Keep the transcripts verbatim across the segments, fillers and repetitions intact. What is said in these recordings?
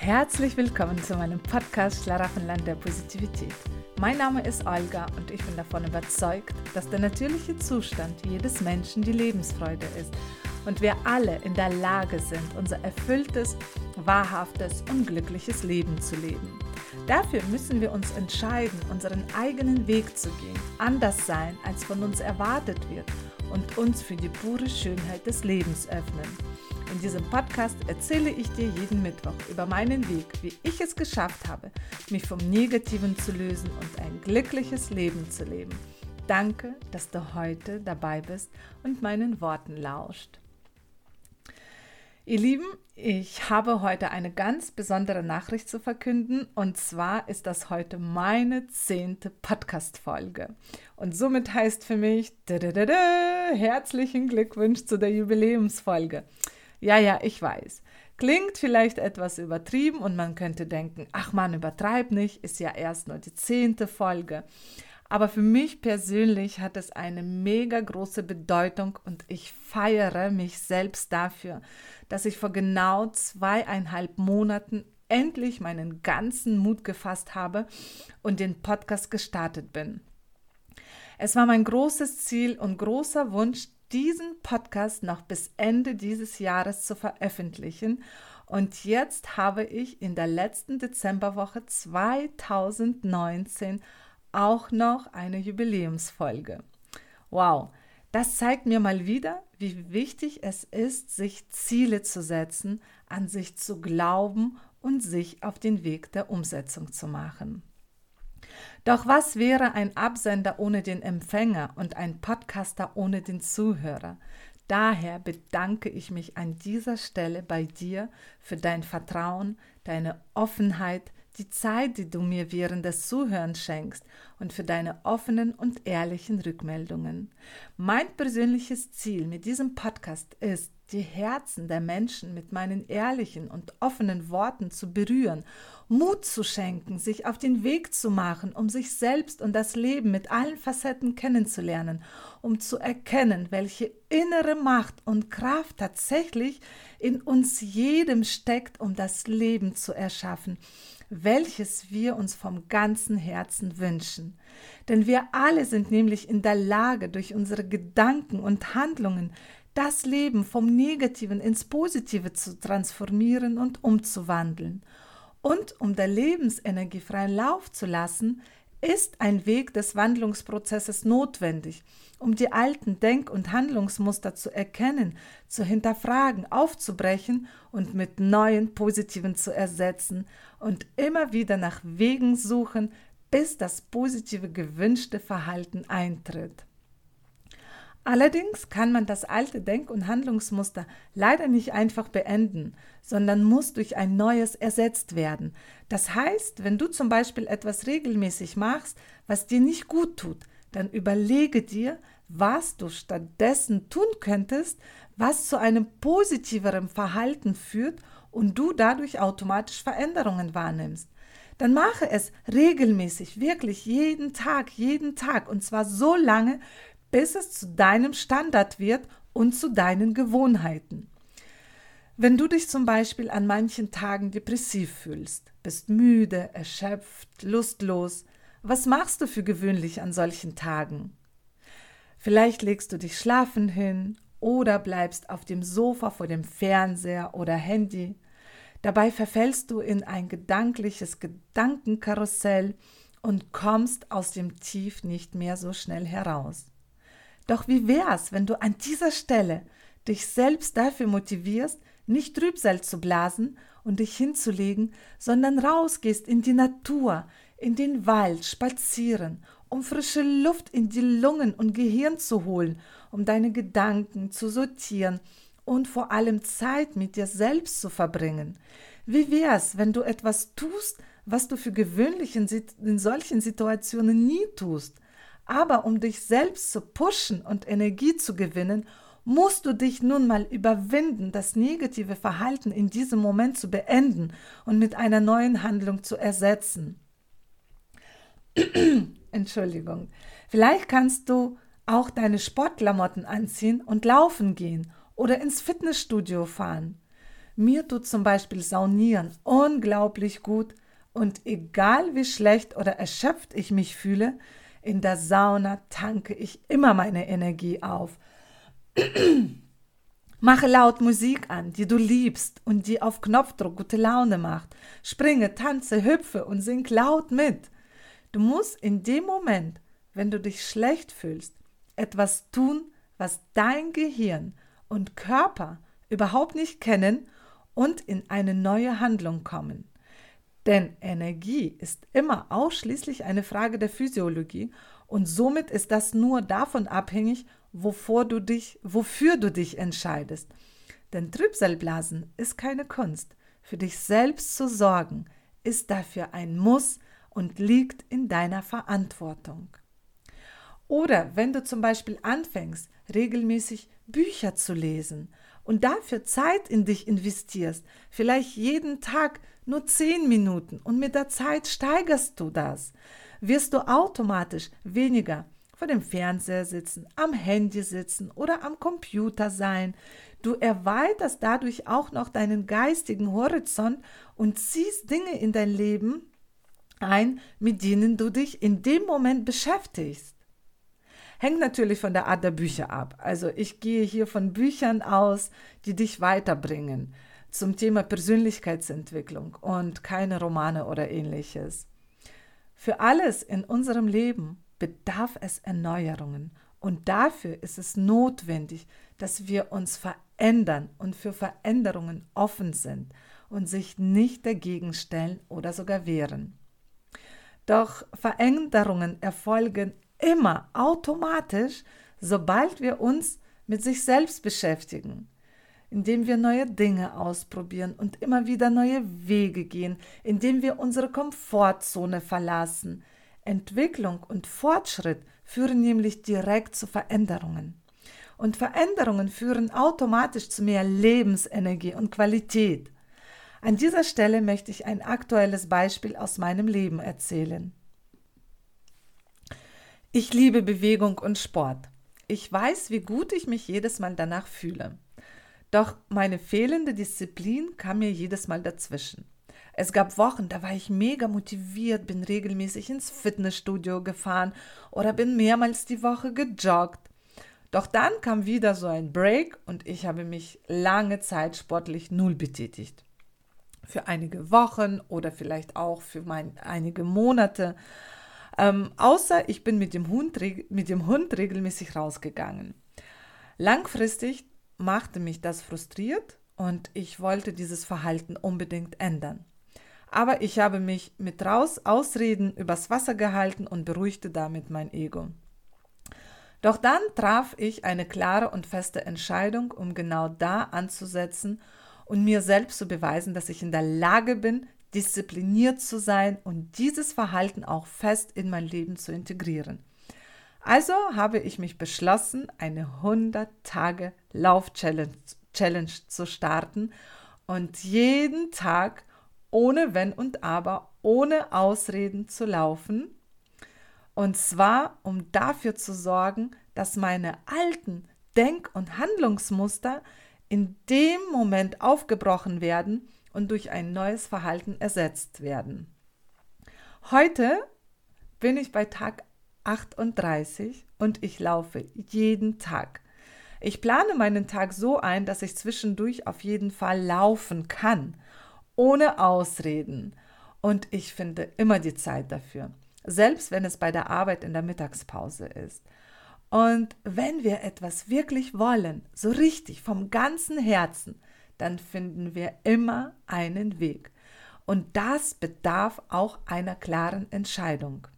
Herzlich willkommen zu meinem Podcast Schlaraffenland der Positivität. Mein Name ist Olga und ich bin davon überzeugt, dass der natürliche Zustand jedes Menschen die Lebensfreude ist und wir alle in der Lage sind, unser erfülltes, wahrhaftes und glückliches Leben zu leben. Dafür müssen wir uns entscheiden, unseren eigenen Weg zu gehen, anders sein, als von uns erwartet wird und uns für die pure Schönheit des Lebens öffnen. In diesem Podcast erzähle ich dir jeden Mittwoch über meinen Weg, wie ich es geschafft habe, mich vom Negativen zu lösen und ein glückliches Leben zu leben. Danke, dass du heute dabei bist und meinen Worten lauscht. Ihr Lieben, ich habe heute eine ganz besondere Nachricht zu verkünden und zwar ist das heute meine zehnte Podcast-Folge. Und somit heißt für mich herzlichen Glückwunsch zu der Jubiläumsfolge. Ja, ja, ich weiß. Klingt vielleicht etwas übertrieben und man könnte denken, ach man, übertreib nicht, ist ja erst nur die zehnte Folge. Aber für mich persönlich hat es eine mega große Bedeutung und ich feiere mich selbst dafür, dass ich vor genau zweieinhalb Monaten endlich meinen ganzen Mut gefasst habe und den Podcast gestartet bin. Es war mein großes Ziel und großer Wunsch, diesen Podcast noch bis Ende dieses Jahres zu veröffentlichen. Und jetzt habe ich in der letzten Dezemberwoche zweitausendneunzehn auch noch eine Jubiläumsfolge. Wow, das zeigt mir mal wieder, wie wichtig es ist, sich Ziele zu setzen, an sich zu glauben und sich auf den Weg der Umsetzung zu machen. Doch was wäre ein Absender ohne den Empfänger und ein Podcaster ohne den Zuhörer? Daher bedanke ich mich an dieser Stelle bei dir für dein Vertrauen, deine Offenheit, die Zeit, die du mir während des Zuhörens schenkst und für deine offenen und ehrlichen Rückmeldungen. Mein persönliches Ziel mit diesem Podcast ist, die Herzen der Menschen mit meinen ehrlichen und offenen Worten zu berühren, Mut zu schenken, sich auf den Weg zu machen, um sich selbst und das Leben mit allen Facetten kennenzulernen, um zu erkennen, welche innere Macht und Kraft tatsächlich in uns jedem steckt, um das Leben zu erschaffen, welches wir uns vom ganzen Herzen wünschen. Denn wir alle sind nämlich in der Lage, durch unsere Gedanken und Handlungen das Leben vom Negativen ins Positive zu transformieren und umzuwandeln. Und um der Lebensenergie freien Lauf zu lassen, ist ein Weg des Wandlungsprozesses notwendig, um die alten Denk- und Handlungsmuster zu erkennen, zu hinterfragen, aufzubrechen und mit neuen positiven zu ersetzen und immer wieder nach Wegen suchen, bis das positive gewünschte Verhalten eintritt. Allerdings kann man das alte Denk- und Handlungsmuster leider nicht einfach beenden, sondern muss durch ein neues ersetzt werden. Das heißt, wenn du zum Beispiel etwas regelmäßig machst, was dir nicht gut tut, dann überlege dir, was du stattdessen tun könntest, was zu einem positiveren Verhalten führt und du dadurch automatisch Veränderungen wahrnimmst. Dann mache es regelmäßig, wirklich jeden Tag, jeden Tag und zwar so lange, bis es zu deinem Standard wird und zu deinen Gewohnheiten. Wenn du dich zum Beispiel an manchen Tagen depressiv fühlst, bist müde, erschöpft, lustlos, was machst du für gewöhnlich an solchen Tagen? Vielleicht legst du dich schlafen hin oder bleibst auf dem Sofa vor dem Fernseher oder Handy. Dabei verfällst du in ein gedankliches Gedankenkarussell und kommst aus dem Tief nicht mehr so schnell heraus. Doch wie wär's, wenn du an dieser Stelle dich selbst dafür motivierst, nicht Trübsal zu blasen und dich hinzulegen, sondern rausgehst in die Natur, in den Wald, spazieren, um frische Luft in die Lungen und Gehirn zu holen, um deine Gedanken zu sortieren und vor allem Zeit mit dir selbst zu verbringen. Wie wär's, wenn du etwas tust, was du für gewöhnlich in, in solchen Situationen nie tust? Aber um dich selbst zu pushen und Energie zu gewinnen, musst du dich nun mal überwinden, das negative Verhalten in diesem Moment zu beenden und mit einer neuen Handlung zu ersetzen. Entschuldigung. Vielleicht kannst du auch deine Sportklamotten anziehen und laufen gehen oder ins Fitnessstudio fahren. Mir tut zum Beispiel Saunieren unglaublich gut und egal wie schlecht oder erschöpft ich mich fühle, in der Sauna tanke ich immer meine Energie auf. Mache laut Musik an, die du liebst und die auf Knopfdruck gute Laune macht. Springe, tanze, hüpfe und sing laut mit. Du musst in dem Moment, wenn du dich schlecht fühlst, etwas tun, was dein Gehirn und Körper überhaupt nicht kennen und in eine neue Handlung kommen. Denn Energie ist immer ausschließlich eine Frage der Physiologie und somit ist das nur davon abhängig, wovor du dich, wofür du dich entscheidest. Denn Trübsalblasen ist keine Kunst. Für dich selbst zu sorgen, ist dafür ein Muss und liegt in deiner Verantwortung. Oder wenn du zum Beispiel anfängst, regelmäßig Bücher zu lesen und dafür Zeit in dich investierst, vielleicht jeden Tag nur zehn Minuten und mit der Zeit steigerst du das, wirst du automatisch weniger vor dem Fernseher sitzen, am Handy sitzen oder am Computer sein. Du erweiterst dadurch auch noch deinen geistigen Horizont und ziehst Dinge in dein Leben ein, mit denen du dich in dem Moment beschäftigst. Hängt natürlich von der Art der Bücher ab. Also ich gehe hier von Büchern aus, die dich weiterbringen zum Thema Persönlichkeitsentwicklung und keine Romane oder ähnliches. Für alles in unserem Leben bedarf es Erneuerungen und dafür ist es notwendig, dass wir uns verändern und für Veränderungen offen sind und sich nicht dagegen stellen oder sogar wehren. Doch Veränderungen erfolgen immer automatisch, sobald wir uns mit sich selbst beschäftigen, indem wir neue Dinge ausprobieren und immer wieder neue Wege gehen, indem wir unsere Komfortzone verlassen. Entwicklung und Fortschritt führen nämlich direkt zu Veränderungen. Und Veränderungen führen automatisch zu mehr Lebensenergie und Qualität. An dieser Stelle möchte ich ein aktuelles Beispiel aus meinem Leben erzählen. Ich liebe Bewegung und Sport. Ich weiß, wie gut ich mich jedes Mal danach fühle. Doch meine fehlende Disziplin kam mir jedes Mal dazwischen. Es gab Wochen, da war ich mega motiviert, bin regelmäßig ins Fitnessstudio gefahren oder bin mehrmals die Woche gejoggt. Doch dann kam wieder so ein Break und ich habe mich lange Zeit sportlich null betätigt. Für einige Wochen oder vielleicht auch für mein, einige Monate. Ähm, außer ich bin mit dem, Hund, mit dem Hund regelmäßig rausgegangen. Langfristig machte mich das frustriert und ich wollte dieses Verhalten unbedingt ändern. Aber ich habe mich mit raus Ausreden übers Wasser gehalten und beruhigte damit mein Ego. Doch dann traf ich eine klare und feste Entscheidung, um genau da anzusetzen und mir selbst zu beweisen, dass ich in der Lage bin, diszipliniert zu sein und dieses Verhalten auch fest in mein Leben zu integrieren. Also habe ich mich beschlossen, eine hundert-Tage-Lauf-Challenge Challenge zu starten und jeden Tag ohne Wenn und Aber, ohne Ausreden zu laufen. Und zwar, um dafür zu sorgen, dass meine alten Denk- und Handlungsmuster in dem Moment aufgebrochen werden und durch ein neues Verhalten ersetzt werden. Heute bin ich bei Tag achtunddreißig und ich laufe jeden Tag. Ich plane meinen Tag so ein, dass ich zwischendurch auf jeden Fall laufen kann, ohne Ausreden. Und ich finde immer die Zeit dafür, selbst wenn es bei der Arbeit in der Mittagspause ist. Und wenn wir etwas wirklich wollen, so richtig vom ganzen Herzen, dann finden wir immer einen Weg. Und das bedarf auch einer klaren Entscheidung.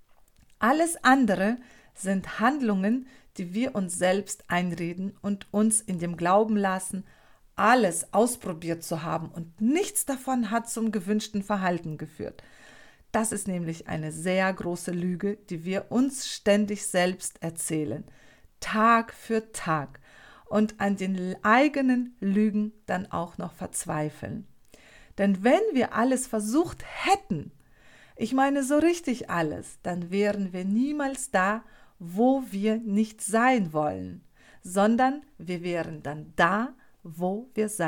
Alles andere sind Handlungen, die wir uns selbst einreden und uns in dem Glauben lassen, alles ausprobiert zu haben und nichts davon hat zum gewünschten Verhalten geführt. Das ist nämlich eine sehr große Lüge, die wir uns ständig selbst erzählen, Tag für Tag und an den eigenen Lügen dann auch noch verzweifeln. Denn wenn wir alles versucht hätten, ich meine so richtig alles, dann wären wir niemals da, wo wir nicht sein wollen, sondern wir wären dann da, wo wir sein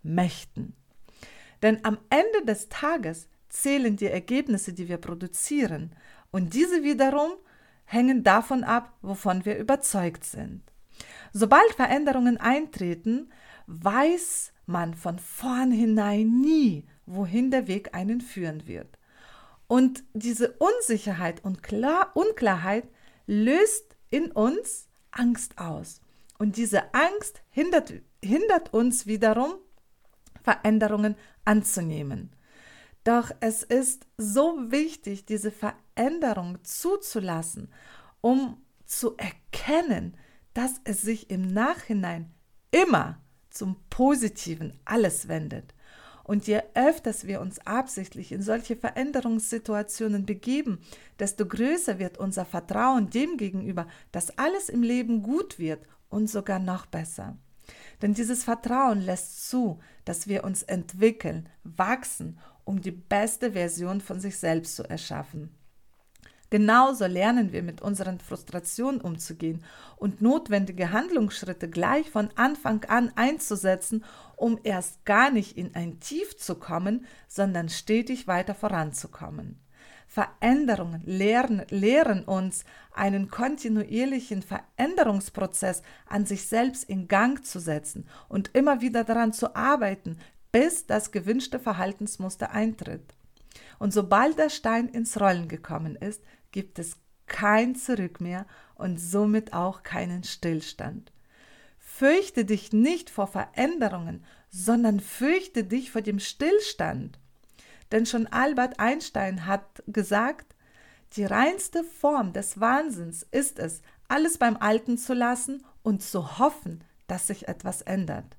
möchten. Denn am Ende des Tages zählen die Ergebnisse, die wir produzieren, und diese wiederum hängen davon ab, wovon wir überzeugt sind. Sobald Veränderungen eintreten, weiß man von vornherein nie, wohin der Weg einen führen wird. Und diese Unsicherheit und Klar- Unklarheit löst in uns Angst aus. Und diese Angst hindert, hindert uns wiederum, Veränderungen anzunehmen. Doch es ist so wichtig, diese Veränderung zuzulassen, um zu erkennen, dass es sich im Nachhinein immer zum Positiven alles wendet. Und je öfter wir uns absichtlich in solche Veränderungssituationen begeben, desto größer wird unser Vertrauen dem gegenüber, dass alles im Leben gut wird und sogar noch besser. Denn dieses Vertrauen lässt zu, dass wir uns entwickeln, wachsen, um die beste Version von sich selbst zu erschaffen. Genauso lernen wir mit unseren Frustrationen umzugehen und notwendige Handlungsschritte gleich von Anfang an einzusetzen, um erst gar nicht in ein Tief zu kommen, sondern stetig weiter voranzukommen. Veränderungen lehren, lehren uns, einen kontinuierlichen Veränderungsprozess an sich selbst in Gang zu setzen und immer wieder daran zu arbeiten, bis das gewünschte Verhaltensmuster eintritt. Und sobald der Stein ins Rollen gekommen ist, gibt es kein Zurück mehr und somit auch keinen Stillstand. Fürchte dich nicht vor Veränderungen, sondern fürchte dich vor dem Stillstand. Denn schon Albert Einstein hat gesagt, die reinste Form des Wahnsinns ist es, alles beim Alten zu lassen und zu hoffen, dass sich etwas ändert.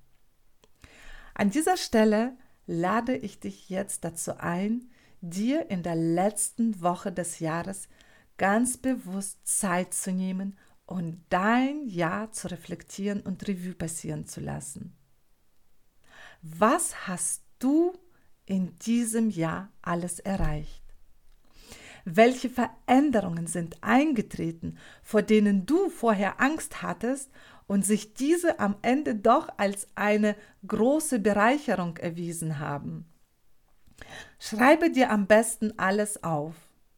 An dieser Stelle lade ich dich jetzt dazu ein, dir in der letzten Woche des Jahres ganz bewusst Zeit zu nehmen und dein Jahr zu reflektieren und Revue passieren zu lassen. Was hast du in diesem Jahr alles erreicht? Welche Veränderungen sind eingetreten, vor denen du vorher Angst hattest und sich diese am Ende doch als eine große Bereicherung erwiesen haben? Schreibe dir am besten alles auf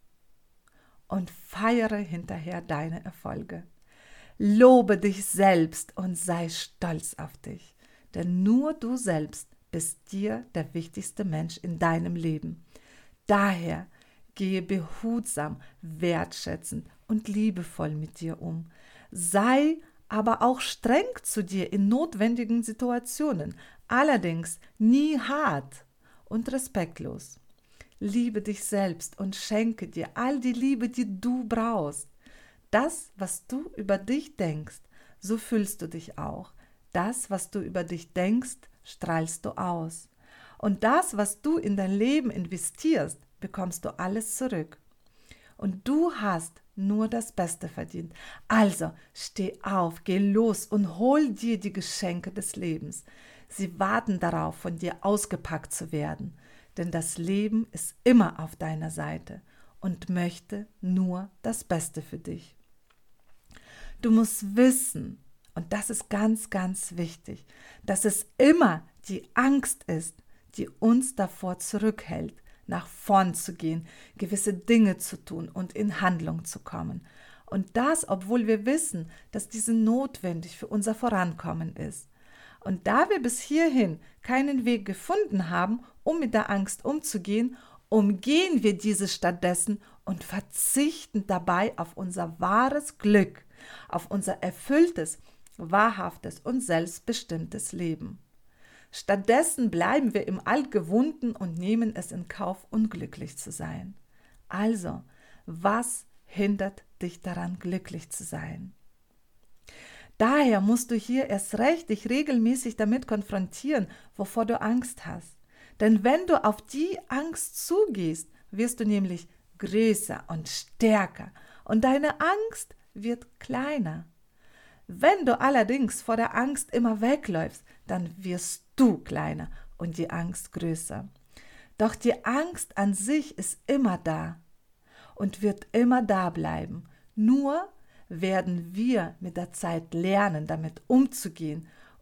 und feiere hinterher deine Erfolge. Lobe dich selbst und sei stolz auf dich, denn nur du selbst bist dir der wichtigste Mensch in deinem Leben. Daher gehe behutsam, wertschätzend und liebevoll mit dir um. Sei aber auch streng zu dir in notwendigen Situationen, allerdings nie hart und respektlos. Liebe dich selbst und schenke dir all die Liebe, die du brauchst. Das, was du über dich denkst, so fühlst du dich auch. Das, was du über dich denkst, strahlst du aus. Und das, was du in dein Leben investierst, bekommst du alles zurück. Und du hast nur das Beste verdient. Also steh auf, geh los und hol dir die Geschenke des Lebens. Sie warten darauf, von dir ausgepackt zu werden. Denn das Leben ist immer auf deiner Seite und möchte nur das Beste für dich. Du musst wissen, und das ist ganz, ganz wichtig, dass es immer die Angst ist, die uns davor zurückhält, nach vorn zu gehen, gewisse Dinge zu tun und in Handlung zu kommen. Und das, obwohl wir wissen, dass diese notwendig für unser Vorankommen ist. Und da wir bis hierhin keinen Weg gefunden haben, um mit der Angst umzugehen, umgehen wir diese stattdessen und verzichten dabei auf unser wahres Glück, auf unser erfülltes, wahrhaftes und selbstbestimmtes Leben. Stattdessen bleiben wir im Altgewohnten und nehmen es in Kauf, unglücklich zu sein. Also, was hindert dich daran, glücklich zu sein? Daher musst du hier erst recht dich regelmäßig damit konfrontieren, wovor du Angst hast. Denn wenn du auf die Angst zugehst, wirst du nämlich größer und stärker und deine Angst wird kleiner. Wenn du allerdings vor der Angst immer wegläufst, dann wirst du kleiner und die Angst größer. Doch die Angst an sich ist immer da und wird immer da bleiben. Nur werden wir mit der Zeit lernen, damit umzugehen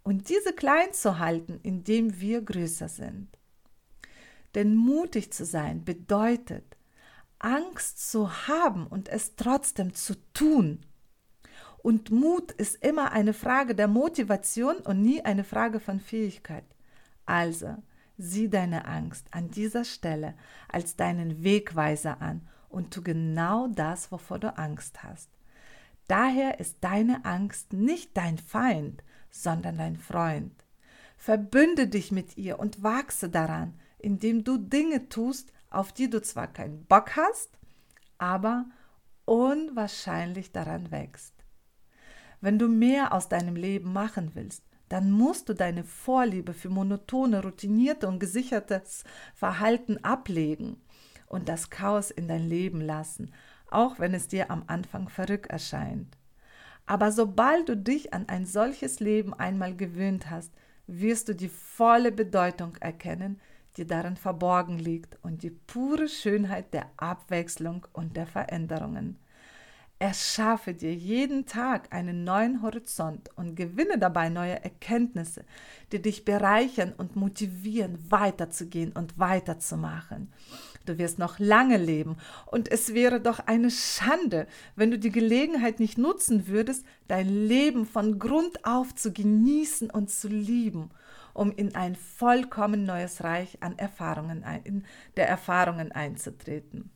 und diese klein zu halten, indem wir größer sind. Denn mutig zu sein bedeutet, Angst zu haben und es trotzdem zu tun. Und Mut ist immer eine Frage der Motivation und nie eine Frage von Fähigkeit. Also, sieh deine Angst an dieser Stelle als deinen Wegweiser an und tu genau das, wovor du Angst hast. Daher ist deine Angst nicht dein Feind, sondern dein Freund. Verbünde dich mit ihr und wachse daran, indem du Dinge tust, auf die du zwar keinen Bock hast, aber unwahrscheinlich daran wächst. Wenn du mehr aus deinem Leben machen willst, dann musst du deine Vorliebe für monotone, routinierte und gesichertes Verhalten ablegen und das Chaos in dein Leben lassen, auch wenn es dir am Anfang verrückt erscheint. Aber sobald du dich an ein solches Leben einmal gewöhnt hast, wirst du die volle Bedeutung erkennen, die darin verborgen liegt und die pure Schönheit der Abwechslung und der Veränderungen. Erschaffe dir jeden Tag einen neuen Horizont und gewinne dabei neue Erkenntnisse, die dich bereichern und motivieren, weiterzugehen und weiterzumachen. Du wirst noch lange leben und es wäre doch eine Schande, wenn du die Gelegenheit nicht nutzen würdest, dein Leben von Grund auf zu genießen und zu lieben, um in ein vollkommen neues Reich an Erfahrungen ein, der Erfahrungen einzutreten.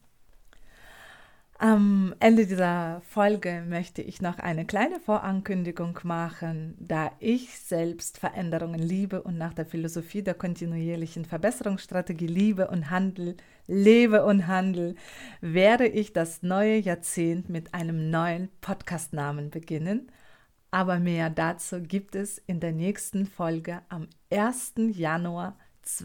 Am Ende dieser Folge möchte ich noch eine kleine Vorankündigung machen, da ich selbst Veränderungen liebe und nach der Philosophie der kontinuierlichen Verbesserungsstrategie liebe und handle, lebe und handle, werde ich das neue Jahrzehnt mit einem neuen Podcastnamen beginnen. Aber mehr dazu gibt es in der nächsten Folge am ersten Januar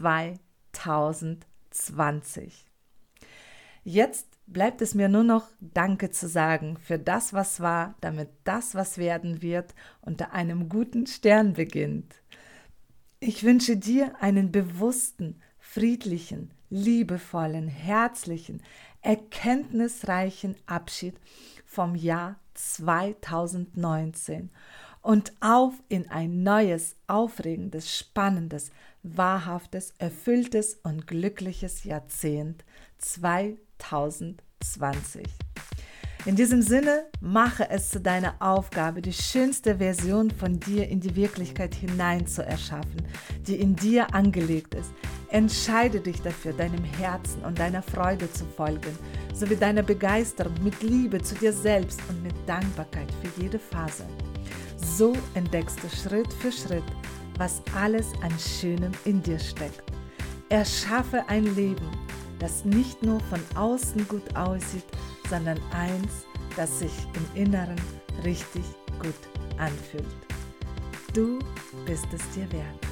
zweitausendzwanzig. Jetzt bleibt es mir nur noch Danke zu sagen für das, was war, damit das, was werden wird, unter einem guten Stern beginnt. Ich wünsche dir einen bewussten, friedlichen, liebevollen, herzlichen, erkenntnisreichen Abschied vom Jahr zweitausendneunzehn und auf in ein neues, aufregendes, spannendes, wahrhaftes, erfülltes und glückliches Jahrzehnt zweitausendzwanzig. In diesem Sinne, mache es zu deiner Aufgabe, die schönste Version von dir in die Wirklichkeit hinein zu erschaffen, die in dir angelegt ist. Entscheide dich dafür, deinem Herzen und deiner Freude zu folgen, sowie deiner Begeisterung mit Liebe zu dir selbst und mit Dankbarkeit für jede Phase. So entdeckst du Schritt für Schritt, was alles an Schönem in dir steckt. Erschaffe ein Leben, das nicht nur von außen gut aussieht, sondern eins, das sich im Inneren richtig gut anfühlt. Du bist es dir wert.